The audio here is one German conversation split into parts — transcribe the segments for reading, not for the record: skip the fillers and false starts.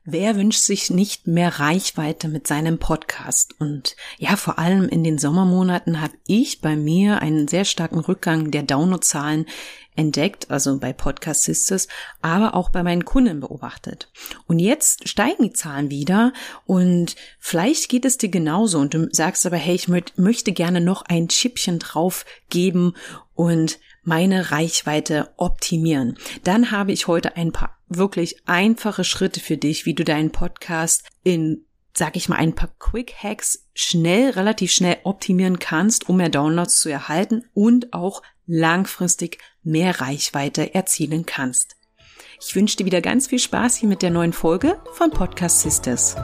Wer wünscht sich nicht mehr Reichweite mit seinem Podcast? Und ja, vor allem in den Sommermonaten habe ich bei mir einen sehr starken Rückgang der Downloadzahlen entdeckt, also bei Podcast Sisters, aber auch bei meinen Kunden beobachtet. Und jetzt steigen die Zahlen wieder und vielleicht geht es dir genauso und du sagst aber, hey, ich möchte gerne noch ein Chipchen drauf geben und meine Reichweite optimieren. Dann habe ich heute ein paar wirklich einfache Schritte für dich, wie du deinen Podcast in, sag ich mal, ein paar Quick Hacks relativ schnell optimieren kannst, um mehr Downloads zu erhalten und auch langfristig mehr Reichweite erzielen kannst. Ich wünsche dir wieder ganz viel Spaß hier mit der neuen Folge von Podcast Sisters.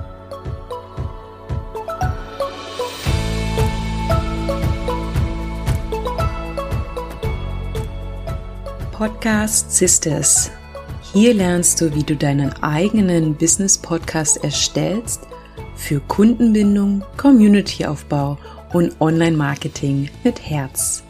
Podcast Sisters. Hier lernst du, wie du deinen eigenen Business-Podcast erstellst für Kundenbindung, Community-Aufbau und Online-Marketing mit Herz.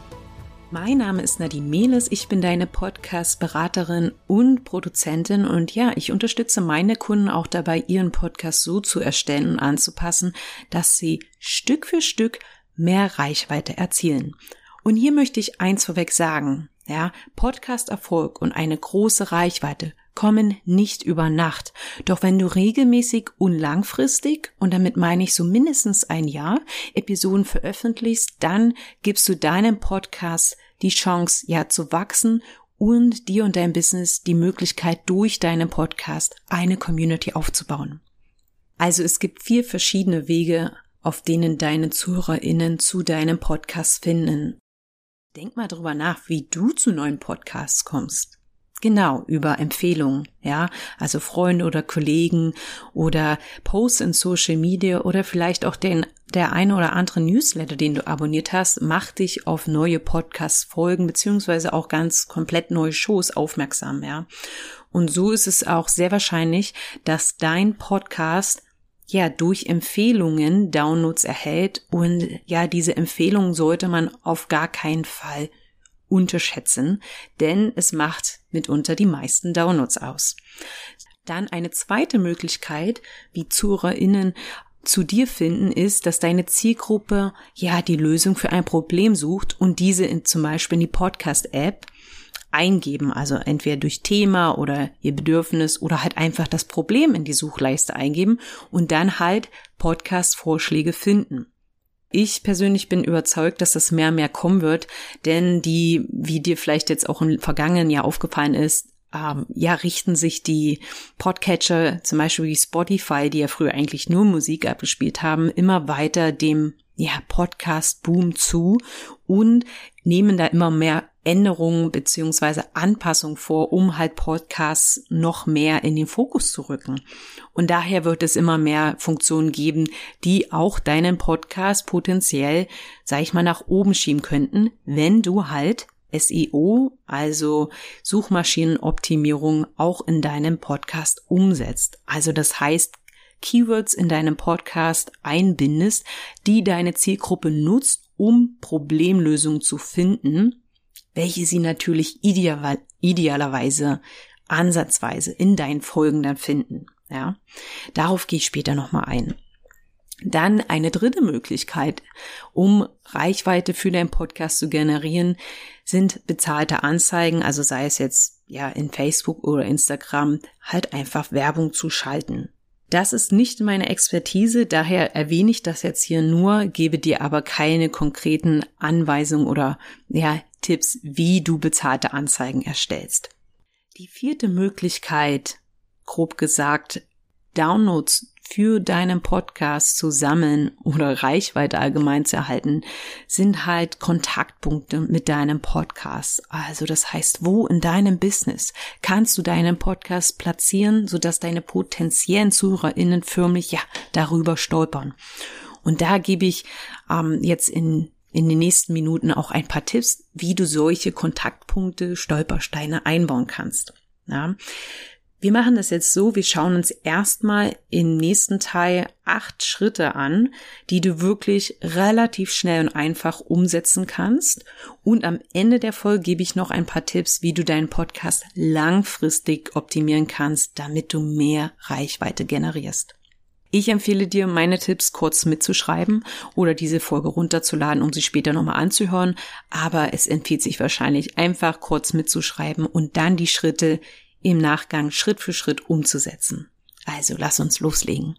Mein Name ist Nadine Mehles, ich bin deine Podcast-Beraterin und Produzentin und ja, ich unterstütze meine Kunden auch dabei, ihren Podcast so zu erstellen und anzupassen, dass sie Stück für Stück mehr Reichweite erzielen. Und hier möchte ich eins vorweg sagen. Ja, Podcast-Erfolg und eine große Reichweite kommen nicht über Nacht. Doch wenn du regelmäßig und langfristig, und damit meine ich so mindestens ein Jahr, Episoden veröffentlichst, dann gibst du deinem Podcast die Chance, ja, zu wachsen und dir und dein Business die Möglichkeit, durch deinen Podcast eine Community aufzubauen. Also es gibt 4 verschiedene Wege, auf denen deine ZuhörerInnen zu deinem Podcast finden. Denk mal drüber nach, wie du zu neuen Podcasts kommst. Genau, über Empfehlungen, ja, also Freunde oder Kollegen oder Posts in Social Media oder vielleicht auch der eine oder andere Newsletter, den du abonniert hast, macht dich auf neue Podcast-Folgen beziehungsweise auch ganz komplett neue Shows aufmerksam, ja. Und so ist es auch sehr wahrscheinlich, dass dein Podcast ja durch Empfehlungen Downloads erhält und ja, diese Empfehlungen sollte man auf gar keinen Fall unterschätzen, denn es macht mitunter die meisten Downloads aus. Dann eine zweite Möglichkeit, wie ZuhörerInnen zu dir finden, ist, dass deine Zielgruppe ja die Lösung für ein Problem sucht und diese zum Beispiel in die Podcast-App eingeben, also entweder durch Thema oder ihr Bedürfnis oder halt einfach das Problem in die Suchleiste eingeben und dann halt Podcast-Vorschläge finden. Ich persönlich bin überzeugt, dass das mehr und mehr kommen wird, denn wie dir vielleicht jetzt auch im vergangenen Jahr aufgefallen ist, richten sich die Podcatcher, zum Beispiel wie Spotify, die ja früher eigentlich nur Musik abgespielt haben, immer weiter dem Podcast-Boom zu und nehmen da immer mehr Änderungen beziehungsweise Anpassungen vor, um halt Podcasts noch mehr in den Fokus zu rücken. Und daher wird es immer mehr Funktionen geben, die auch deinen Podcast potenziell, sag ich mal, nach oben schieben könnten, wenn du halt SEO, also Suchmaschinenoptimierung, auch in deinem Podcast umsetzt. Also das heißt, Keywords in deinem Podcast einbindest, die deine Zielgruppe nutzt, um Problemlösungen zu finden, welche sie natürlich idealerweise ansatzweise in deinen Folgen dann finden. Ja, darauf gehe ich später nochmal ein. Dann eine dritte Möglichkeit, um Reichweite für deinen Podcast zu generieren, sind bezahlte Anzeigen, also sei es jetzt ja in Facebook oder Instagram, halt einfach Werbung zu schalten. Das ist nicht meine Expertise, daher erwähne ich das jetzt hier nur, gebe dir aber keine konkreten Anweisungen oder Tipps, wie du bezahlte Anzeigen erstellst. Die 4. Möglichkeit, grob gesagt, Downloads für deinen Podcast zu sammeln oder Reichweite allgemein zu erhalten, sind halt Kontaktpunkte mit deinem Podcast. Also das heißt, wo in deinem Business kannst du deinen Podcast platzieren, sodass deine potenziellen ZuhörerInnen förmlich darüber stolpern. Und da gebe ich jetzt in den nächsten Minuten auch ein paar Tipps, wie du solche Kontaktpunkte, Stolpersteine einbauen kannst. Ja. Wir machen das jetzt so, wir schauen uns erstmal im nächsten Teil 8 Schritte an, die du wirklich relativ schnell und einfach umsetzen kannst. Und am Ende der Folge gebe ich noch ein paar Tipps, wie du deinen Podcast langfristig optimieren kannst, damit du mehr Reichweite generierst. Ich empfehle dir, meine Tipps kurz mitzuschreiben oder diese Folge runterzuladen, um sie später nochmal anzuhören. Aber es empfiehlt sich wahrscheinlich, einfach kurz mitzuschreiben und dann die Schritte im Nachgang Schritt für Schritt umzusetzen. Also lass uns loslegen.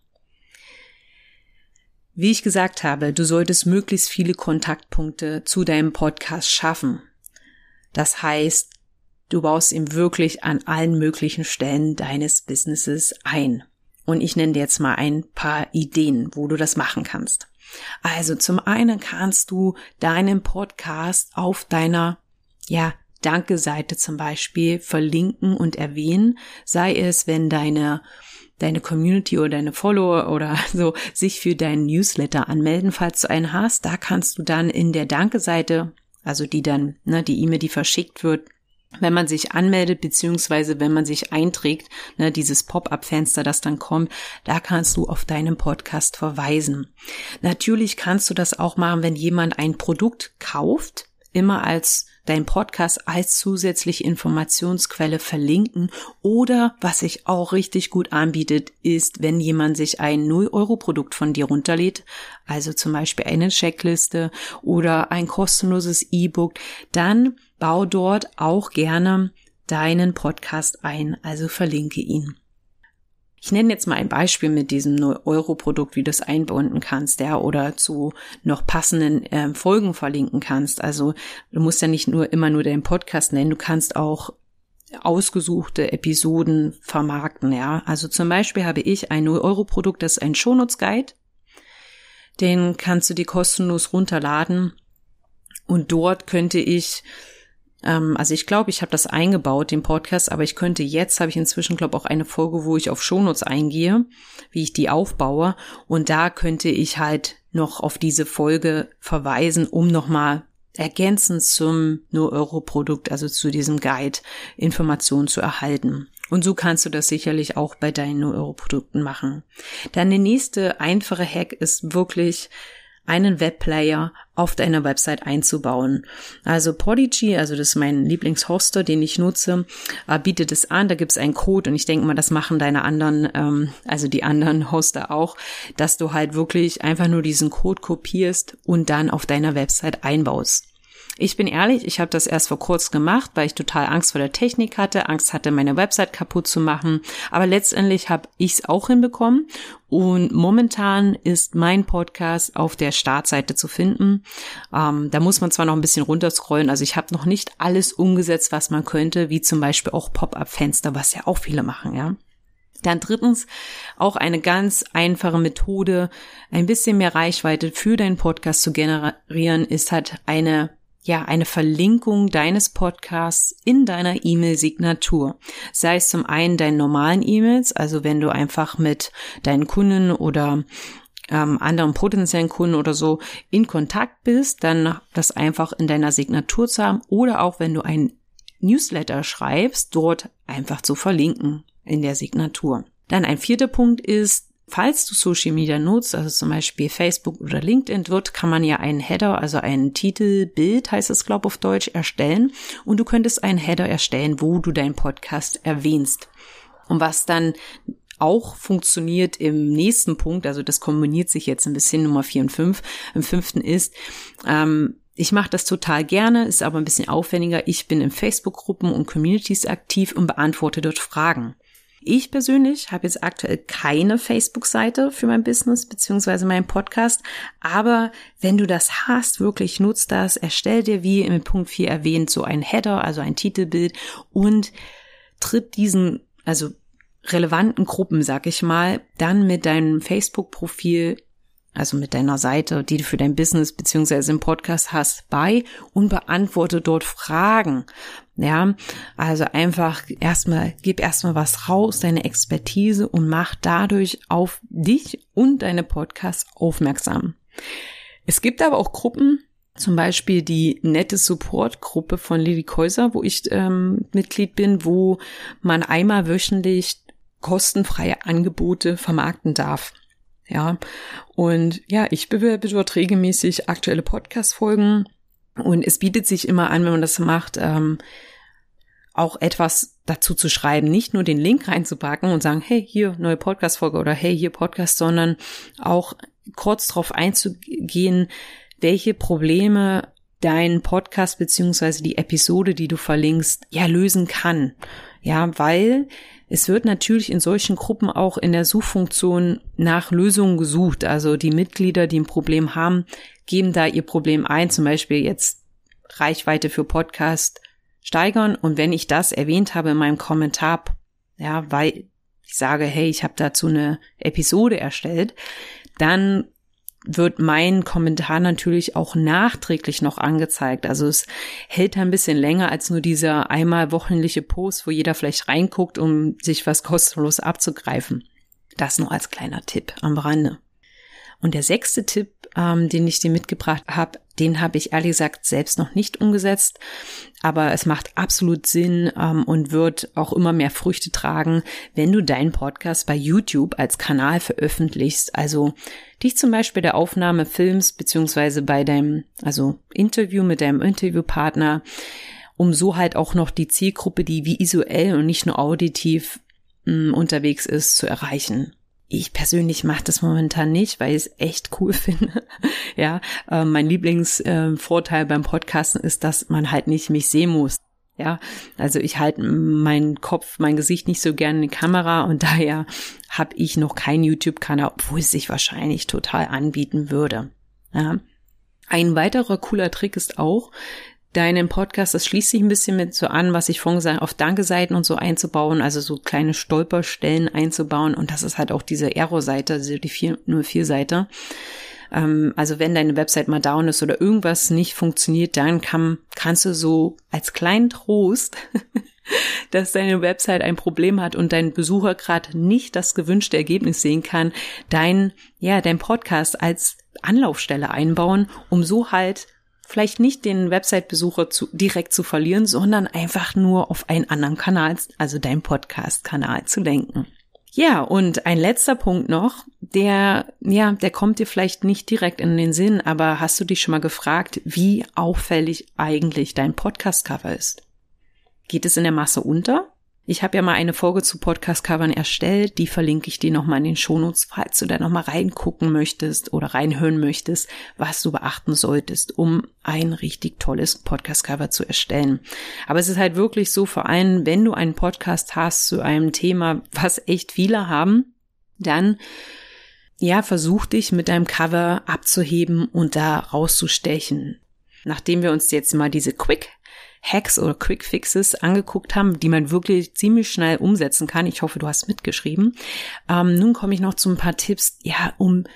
Wie ich gesagt habe, du solltest möglichst viele Kontaktpunkte zu deinem Podcast schaffen. Das heißt, du baust ihn wirklich an allen möglichen Stellen deines Businesses ein. Und ich nenne dir jetzt mal ein paar Ideen, wo du das machen kannst. Also zum einen kannst du deinen Podcast auf deiner, Danke-Seite zum Beispiel verlinken und erwähnen, sei es, wenn deine Community oder deine Follower oder so sich für deinen Newsletter anmelden, falls du einen hast. Da kannst du dann in der Danke-Seite, also die dann, die E-Mail, die verschickt wird, wenn man sich anmeldet, beziehungsweise wenn man sich einträgt, dieses Pop-up-Fenster, das dann kommt, da kannst du auf deinen Podcast verweisen. Natürlich kannst du das auch machen, wenn jemand ein Produkt kauft, immer als dein Podcast als zusätzliche Informationsquelle verlinken, oder was sich auch richtig gut anbietet, ist, wenn jemand sich ein 0-Euro-Produkt von dir runterlädt, also zum Beispiel eine Checkliste oder ein kostenloses E-Book, dann bau dort auch gerne deinen Podcast ein, also verlinke ihn. Ich nenne jetzt mal ein Beispiel mit diesem 0-Euro-Produkt, wie du es einbinden kannst, oder zu noch passenden Folgen verlinken kannst. Also du musst ja nicht immer nur deinen Podcast nennen, du kannst auch ausgesuchte Episoden vermarkten, Also zum Beispiel habe ich ein 0-Euro-Produkt, das ist ein Shownotes-Guide. Den kannst du dir kostenlos runterladen und dort könnte ich ich glaube, ich habe das eingebaut, den Podcast, aber habe ich inzwischen, auch eine Folge, wo ich auf Shownotes eingehe, wie ich die aufbaue, und da könnte ich halt noch auf diese Folge verweisen, um nochmal ergänzend zum 0-Euro-Produkt, also zu diesem Guide, Informationen zu erhalten. Und so kannst du das sicherlich auch bei deinen 0-Euro-Produkten machen. Dann der nächste einfache Hack ist wirklich, einen Webplayer auf deiner Website einzubauen. Also Podigy, also das ist mein Lieblingshoster, den ich nutze, bietet es an, da gibt es einen Code, und ich denke mal, das machen deine anderen, die anderen Hoster auch, dass du halt wirklich einfach nur diesen Code kopierst und dann auf deiner Website einbaust. Ich bin ehrlich, ich habe das erst vor kurzem gemacht, weil ich total Angst vor der Technik hatte, meine Website kaputt zu machen. Aber letztendlich habe ich es auch hinbekommen. Und momentan ist mein Podcast auf der Startseite zu finden. Da muss man zwar noch ein bisschen runterscrollen, also ich habe noch nicht alles umgesetzt, was man könnte, wie zum Beispiel auch Pop-up-Fenster, was ja auch viele machen, Dann drittens, auch eine ganz einfache Methode, ein bisschen mehr Reichweite für deinen Podcast zu generieren, ist halt eine Verlinkung deines Podcasts in deiner E-Mail-Signatur. Sei es zum einen deinen normalen E-Mails, also wenn du einfach mit deinen Kunden oder anderen potenziellen Kunden oder so in Kontakt bist, dann das einfach in deiner Signatur zu haben, oder auch wenn du einen Newsletter schreibst, dort einfach zu verlinken in der Signatur. Dann ein vierter Punkt ist, falls du Social Media nutzt, also zum Beispiel Facebook oder LinkedIn, kann man ja einen Header, also ein Titelbild, heißt es, glaube ich, auf Deutsch, erstellen. Und du könntest einen Header erstellen, wo du deinen Podcast erwähnst. Und was dann auch funktioniert im nächsten Punkt, also das kombiniert sich jetzt ein bisschen, Nummer 4 und 5. Im 5. ist, ich mache das total gerne, ist aber ein bisschen aufwendiger. Ich bin in Facebook-Gruppen und Communities aktiv und beantworte dort Fragen. Ich persönlich habe jetzt aktuell keine Facebook-Seite für mein Business bzw. meinen Podcast, aber wenn du das hast, wirklich nutzt das, erstell dir, wie im Punkt 4 erwähnt, so ein Header, also ein Titelbild, und tritt diesen, relevanten Gruppen, sag ich mal, dann mit deinem Facebook-Profil, also mit deiner Seite, die du für dein Business bzw. im Podcast hast, bei und beantworte dort Fragen. Also einfach gib erstmal was raus, deine Expertise, und mach dadurch auf dich und deine Podcasts aufmerksam. Es gibt aber auch Gruppen, Zum Beispiel die nette Support-Gruppe von Lilly Käuser, wo ich Mitglied bin, wo man einmal wöchentlich kostenfreie Angebote vermarkten darf. Ja, und ja, ich bewerbe dort regelmäßig aktuelle Podcast-Folgen und es bietet sich immer an, wenn man das macht, auch etwas dazu zu schreiben, nicht nur den Link reinzupacken und sagen, hey, hier neue Podcast-Folge oder hey, hier Podcast, sondern auch kurz darauf einzugehen, welche Probleme dein Podcast beziehungsweise die Episode, die du verlinkst, ja lösen kann. Ja, weil es wird natürlich in solchen Gruppen auch in der Suchfunktion nach Lösungen gesucht. Also die Mitglieder, die ein Problem haben, geben da ihr Problem ein, zum Beispiel jetzt Reichweite für Podcast steigern. Und wenn ich das erwähnt habe in meinem Kommentar, ja, weil ich sage, hey, ich habe dazu eine Episode erstellt, dann wird mein Kommentar natürlich auch nachträglich noch angezeigt. Also es hält ein bisschen länger als nur dieser einmal wöchentliche Post, wo jeder vielleicht reinguckt, um sich was kostenlos abzugreifen. Das nur als kleiner Tipp am Rande. Und der 6. Tipp, den ich dir mitgebracht habe, den habe ich ehrlich gesagt selbst noch nicht umgesetzt, aber es macht absolut Sinn und wird auch immer mehr Früchte tragen, wenn du deinen Podcast bei YouTube als Kanal veröffentlichst, also dich zum Beispiel der Aufnahme filmst, beziehungsweise bei deinem, Interview mit deinem Interviewpartner, um so halt auch noch die Zielgruppe, die visuell und nicht nur auditiv unterwegs ist, zu erreichen. Ich persönlich mache das momentan nicht, weil ich es echt cool finde. Ja, mein Lieblingsvorteil beim Podcasten ist, dass man halt nicht mich sehen muss. Ja, also ich halte meinen Kopf, mein Gesicht nicht so gerne in die Kamera und daher habe ich noch keinen YouTube-Kanal, obwohl es sich wahrscheinlich total anbieten würde. Ja. Ein weiterer cooler Trick ist auch, deinen Podcast, das schließt sich ein bisschen mit so an, was ich vorhin gesagt habe, auf Danke-Seiten und so einzubauen, also so kleine Stolperstellen einzubauen und das ist halt auch diese Aero-Seite, also die 404-Seite. Also wenn deine Website mal down ist oder irgendwas nicht funktioniert, dann kannst du so als kleinen Trost, dass deine Website ein Problem hat und dein Besucher gerade nicht das gewünschte Ergebnis sehen kann, dein Podcast als Anlaufstelle einbauen, um so halt vielleicht nicht den Website-Besucher direkt zu verlieren, sondern einfach nur auf einen anderen Kanal, also deinen Podcast-Kanal zu lenken. Ja, und ein letzter Punkt noch, der kommt dir vielleicht nicht direkt in den Sinn, aber hast du dich schon mal gefragt, wie auffällig eigentlich dein Podcast-Cover ist? Geht es in der Masse unter? Ich habe ja mal eine Folge zu Podcast-Covern erstellt, die verlinke ich dir nochmal in den Shownotes, falls du da nochmal reingucken möchtest oder reinhören möchtest, was du beachten solltest, um ein richtig tolles Podcast-Cover zu erstellen. Aber es ist halt wirklich so, vor allem, wenn du einen Podcast hast zu einem Thema, was echt viele haben, dann versuch dich mit deinem Cover abzuheben und da rauszustechen. Nachdem wir uns jetzt mal diese Quick-Hacks oder Quick-Fixes angeguckt haben, die man wirklich ziemlich schnell umsetzen kann. Ich hoffe, du hast mitgeschrieben. Nun komme ich noch zu ein paar Tipps, um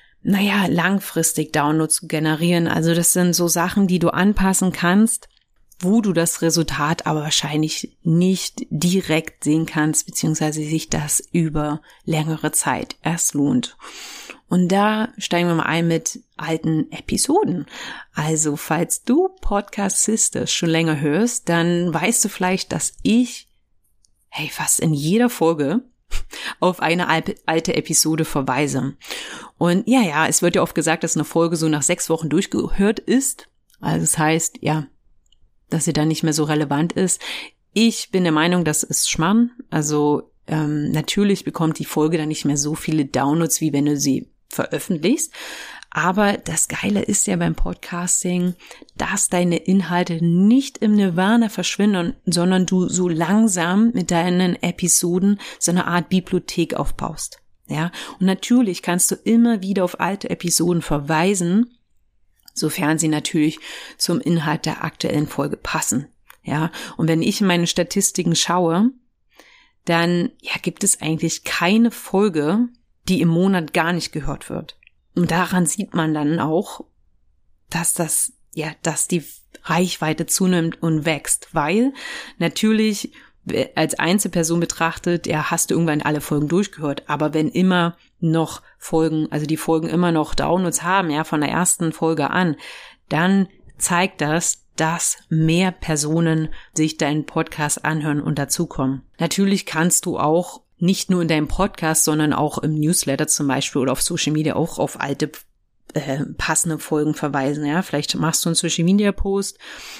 langfristig Downloads zu generieren. Also das sind so Sachen, die du anpassen kannst, wo du das Resultat aber wahrscheinlich nicht direkt sehen kannst, beziehungsweise sich das über längere Zeit erst lohnt. Und da steigen wir mal ein mit alten Episoden. Also falls du Podcast Sisters schon länger hörst, dann weißt du vielleicht, dass ich fast in jeder Folge auf eine alte Episode verweise. Und es wird ja oft gesagt, dass eine Folge so nach 6 Wochen durchgehört ist. Also das heißt, dass sie dann nicht mehr so relevant ist. Ich bin der Meinung, das ist Schmarrn. Also natürlich bekommt die Folge dann nicht mehr so viele Downloads, wie wenn du sie veröffentlichst. Aber das Geile ist ja beim Podcasting, dass deine Inhalte nicht im Nirvana verschwinden, sondern du so langsam mit deinen Episoden so eine Art Bibliothek aufbaust. Ja, und natürlich kannst du immer wieder auf alte Episoden verweisen, sofern sie natürlich zum Inhalt der aktuellen Folge passen. Ja, und wenn ich in meine Statistiken schaue, dann gibt es eigentlich keine Folge, die im Monat gar nicht gehört wird. Und daran sieht man dann auch, dass die Reichweite zunimmt und wächst, weil natürlich als Einzelperson betrachtet, hast du irgendwann alle Folgen durchgehört, aber wenn immer noch Folgen, also die Folgen immer noch Downloads haben, von der ersten Folge an, dann zeigt das, dass mehr Personen sich deinen Podcast anhören und dazukommen. Natürlich kannst du auch nicht nur in deinem Podcast, sondern auch im Newsletter zum Beispiel oder auf Social Media auch auf alte passende Folgen verweisen. Ja, vielleicht machst du einen Social Media Post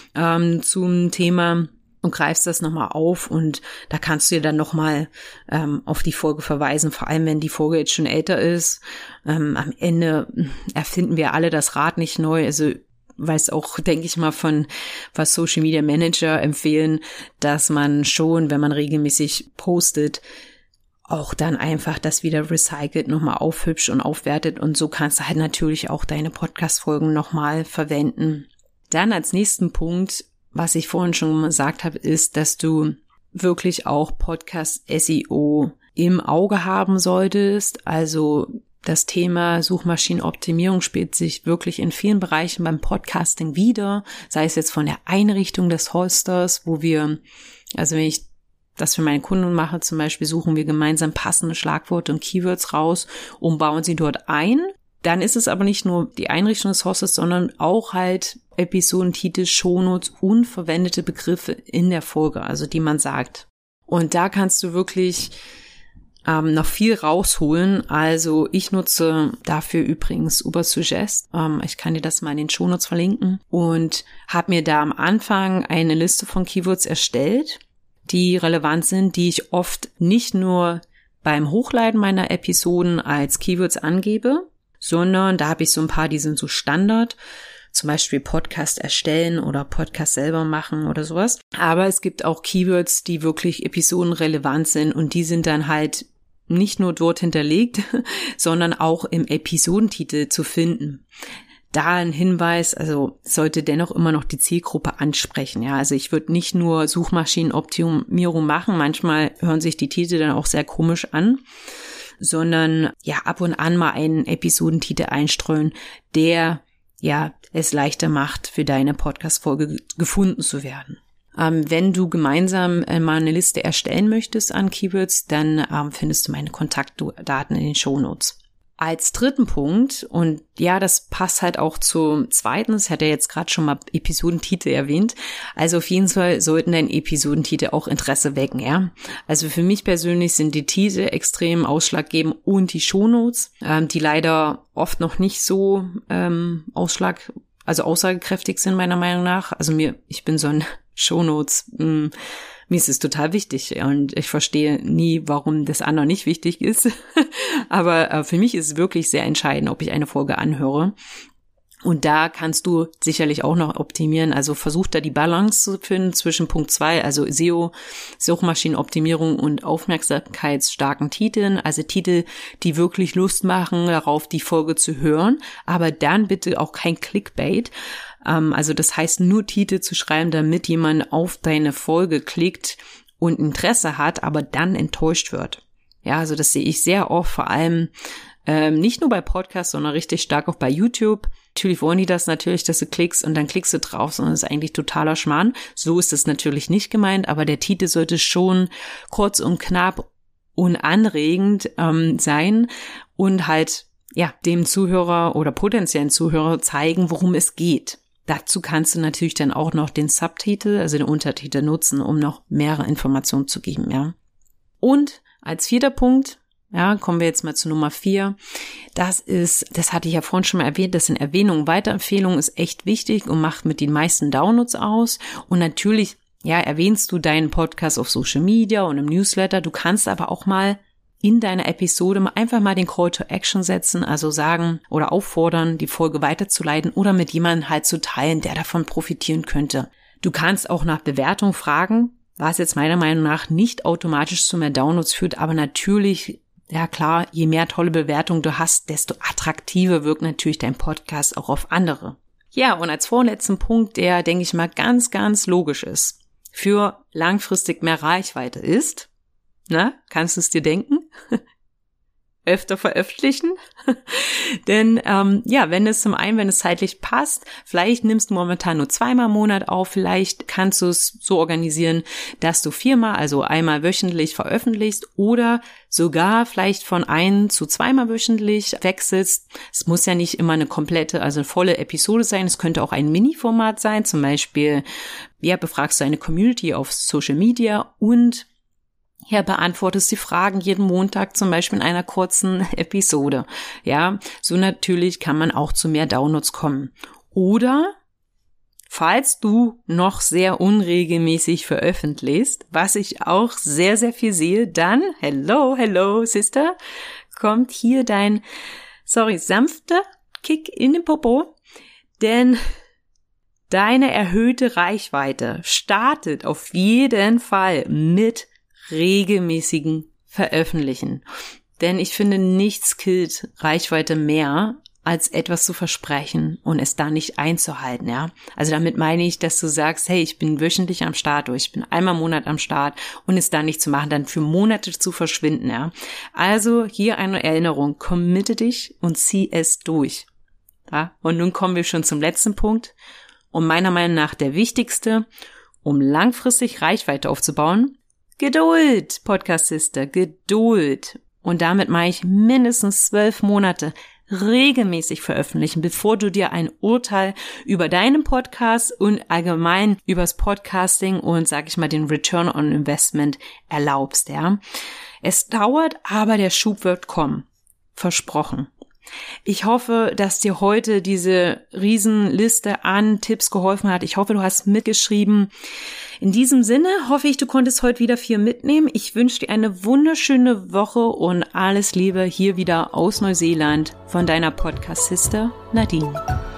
zum Thema und greifst das nochmal auf und da kannst du dir dann nochmal auf die Folge verweisen, vor allem wenn die Folge jetzt schon älter ist. Am Ende erfinden wir alle das Rad nicht neu, also weiß auch, denke ich mal, von was Social Media Manager empfehlen, dass man schon, wenn man regelmäßig postet, auch dann einfach das wieder recycelt, nochmal aufhübscht und aufwertet und so kannst du halt natürlich auch deine Podcast-Folgen nochmal verwenden. Dann als nächsten Punkt, was ich vorhin schon gesagt habe, ist, dass du wirklich auch Podcast-SEO im Auge haben solltest. Also das Thema Suchmaschinenoptimierung spielt sich wirklich in vielen Bereichen beim Podcasting wieder, sei es jetzt von der Einrichtung des Hosters, wo wir, also wenn ich das für meine Kunden mache, zum Beispiel suchen wir gemeinsam passende Schlagworte und Keywords raus und bauen sie dort ein. Dann ist es aber nicht nur die Einrichtung des Hosters, sondern auch halt Episodentitel, Shownotes und verwendete Begriffe in der Folge, also die man sagt. Und da kannst du wirklich noch viel rausholen. Also ich nutze dafür übrigens Ubersuggest. Ich kann dir das mal in den Shownotes verlinken und habe mir da am Anfang eine Liste von Keywords erstellt, die relevant sind, die ich oft nicht nur beim Hochladen meiner Episoden als Keywords angebe, sondern da habe ich so ein paar, die sind so Standard, zum Beispiel Podcast erstellen oder Podcast selber machen oder sowas. Aber es gibt auch Keywords, die wirklich episodenrelevant sind und die sind dann halt nicht nur dort hinterlegt, sondern auch im Episodentitel zu finden. Da ein Hinweis, also sollte dennoch immer noch die Zielgruppe ansprechen. Ja, also ich würde nicht nur Suchmaschinenoptimierung machen, manchmal hören sich die Titel dann auch sehr komisch an, sondern ja ab und an mal einen Episodentitel einstreuen, der ja es leichter macht, für deine Podcast-Folge gefunden zu werden. Wenn du gemeinsam mal eine Liste erstellen möchtest an Keywords, dann findest du meine Kontaktdaten in den Shownotes. Als dritten Punkt, und ja, das passt halt auch zum zweiten, ich hatte ja jetzt gerade schon mal Episodentitel erwähnt, also auf jeden Fall sollten deine Episodentitel auch Interesse wecken, ja. Also für mich persönlich sind die Titel extrem ausschlaggebend und die Shownotes, die leider oft noch nicht so aussagekräftig sind meiner Meinung nach. Also ich bin so ein Shownotes, mir ist es total wichtig und ich verstehe nie, warum das andere nicht wichtig ist. Aber für mich ist es wirklich sehr entscheidend, ob ich eine Folge anhöre. Und da kannst du sicherlich auch noch optimieren. Also versuch da die Balance zu finden zwischen Punkt 2, also SEO, Suchmaschinenoptimierung und aufmerksamkeitsstarken Titeln. Also Titel, die wirklich Lust machen, darauf die Folge zu hören. Aber dann bitte auch kein Clickbait. Also das heißt, nur Titel zu schreiben, damit jemand auf deine Folge klickt und Interesse hat, aber dann enttäuscht wird. Ja, also das sehe ich sehr oft, vor allem nicht nur bei Podcasts, sondern richtig stark auch bei YouTube. Natürlich wollen die das natürlich, dass du klickst und dann klickst du drauf, sondern das ist eigentlich totaler Schmarrn. So ist es natürlich nicht gemeint, aber der Titel sollte schon kurz und knapp und anregend sein und halt ja dem Zuhörer oder potenziellen Zuhörer zeigen, worum es geht. Dazu kannst du natürlich dann auch noch den Subtitel, also den Untertitel nutzen, um noch mehrere Informationen zu geben, ja. Und als vierter Punkt, ja, kommen wir jetzt mal zu Nummer 4. Das hatte ich ja vorhin schon mal erwähnt, das sind Erwähnungen. Weiterempfehlungen ist echt wichtig und macht mit den meisten Downloads aus. Und natürlich, ja, erwähnst du deinen Podcast auf Social Media und im Newsletter. Du kannst aber auch mal in deiner Episode einfach mal den Call to Action setzen, also sagen oder auffordern, die Folge weiterzuleiten oder mit jemandem halt zu teilen, der davon profitieren könnte. Du kannst auch nach Bewertung fragen, was jetzt meiner Meinung nach nicht automatisch zu mehr Downloads führt, aber natürlich, ja klar, je mehr tolle Bewertungen du hast, desto attraktiver wirkt natürlich dein Podcast auch auf andere. Ja, und als vorletzten Punkt, der, denke ich mal, ganz, ganz logisch ist, für langfristig mehr Reichweite ist, na, kannst du es dir denken? öfter veröffentlichen. Denn wenn es zeitlich passt, vielleicht nimmst du momentan nur 2-mal im Monat auf, vielleicht kannst du es so organisieren, dass du 4-mal, also einmal wöchentlich veröffentlichst oder sogar vielleicht von 1 zu 2-mal wöchentlich wechselst. Es muss ja nicht immer eine volle Episode sein, es könnte auch ein Mini-Format sein, zum Beispiel, befragst du eine Community auf Social Media und beantwortest die Fragen jeden Montag, zum Beispiel in einer kurzen Episode. Ja, so natürlich kann man auch zu mehr Downloads kommen. Oder, falls du noch sehr unregelmäßig veröffentlichst, was ich auch sehr, sehr viel sehe, dann, hello, Sister, kommt hier dein, sanfter Kick in den Popo, denn deine erhöhte Reichweite startet auf jeden Fall mit regelmäßigen Veröffentlichen. Denn ich finde, nichts killt Reichweite mehr, als etwas zu versprechen und es dann nicht einzuhalten, ja. Also damit meine ich, dass du sagst, hey, ich bin wöchentlich am Start oder ich bin einmal im Monat am Start und es dann nicht zu machen, dann für Monate zu verschwinden, ja. Also hier eine Erinnerung, committe dich und zieh es durch. Ja? Und nun kommen wir schon zum letzten Punkt und meiner Meinung nach der wichtigste, um langfristig Reichweite aufzubauen. Geduld, Podcast Sister, Geduld. Und damit meine ich mindestens 12 Monate regelmäßig veröffentlichen, bevor du dir ein Urteil über deinen Podcast und allgemein übers Podcasting und, den Return on Investment erlaubst, ja. Es dauert, aber der Schub wird kommen. Versprochen. Ich hoffe, dass dir heute diese Riesenliste an Tipps geholfen hat. Ich hoffe, du hast mitgeschrieben. In diesem Sinne hoffe ich, du konntest heute wieder viel mitnehmen. Ich wünsche dir eine wunderschöne Woche und alles Liebe hier wieder aus Neuseeland von deiner Podcast-Sister Nadine.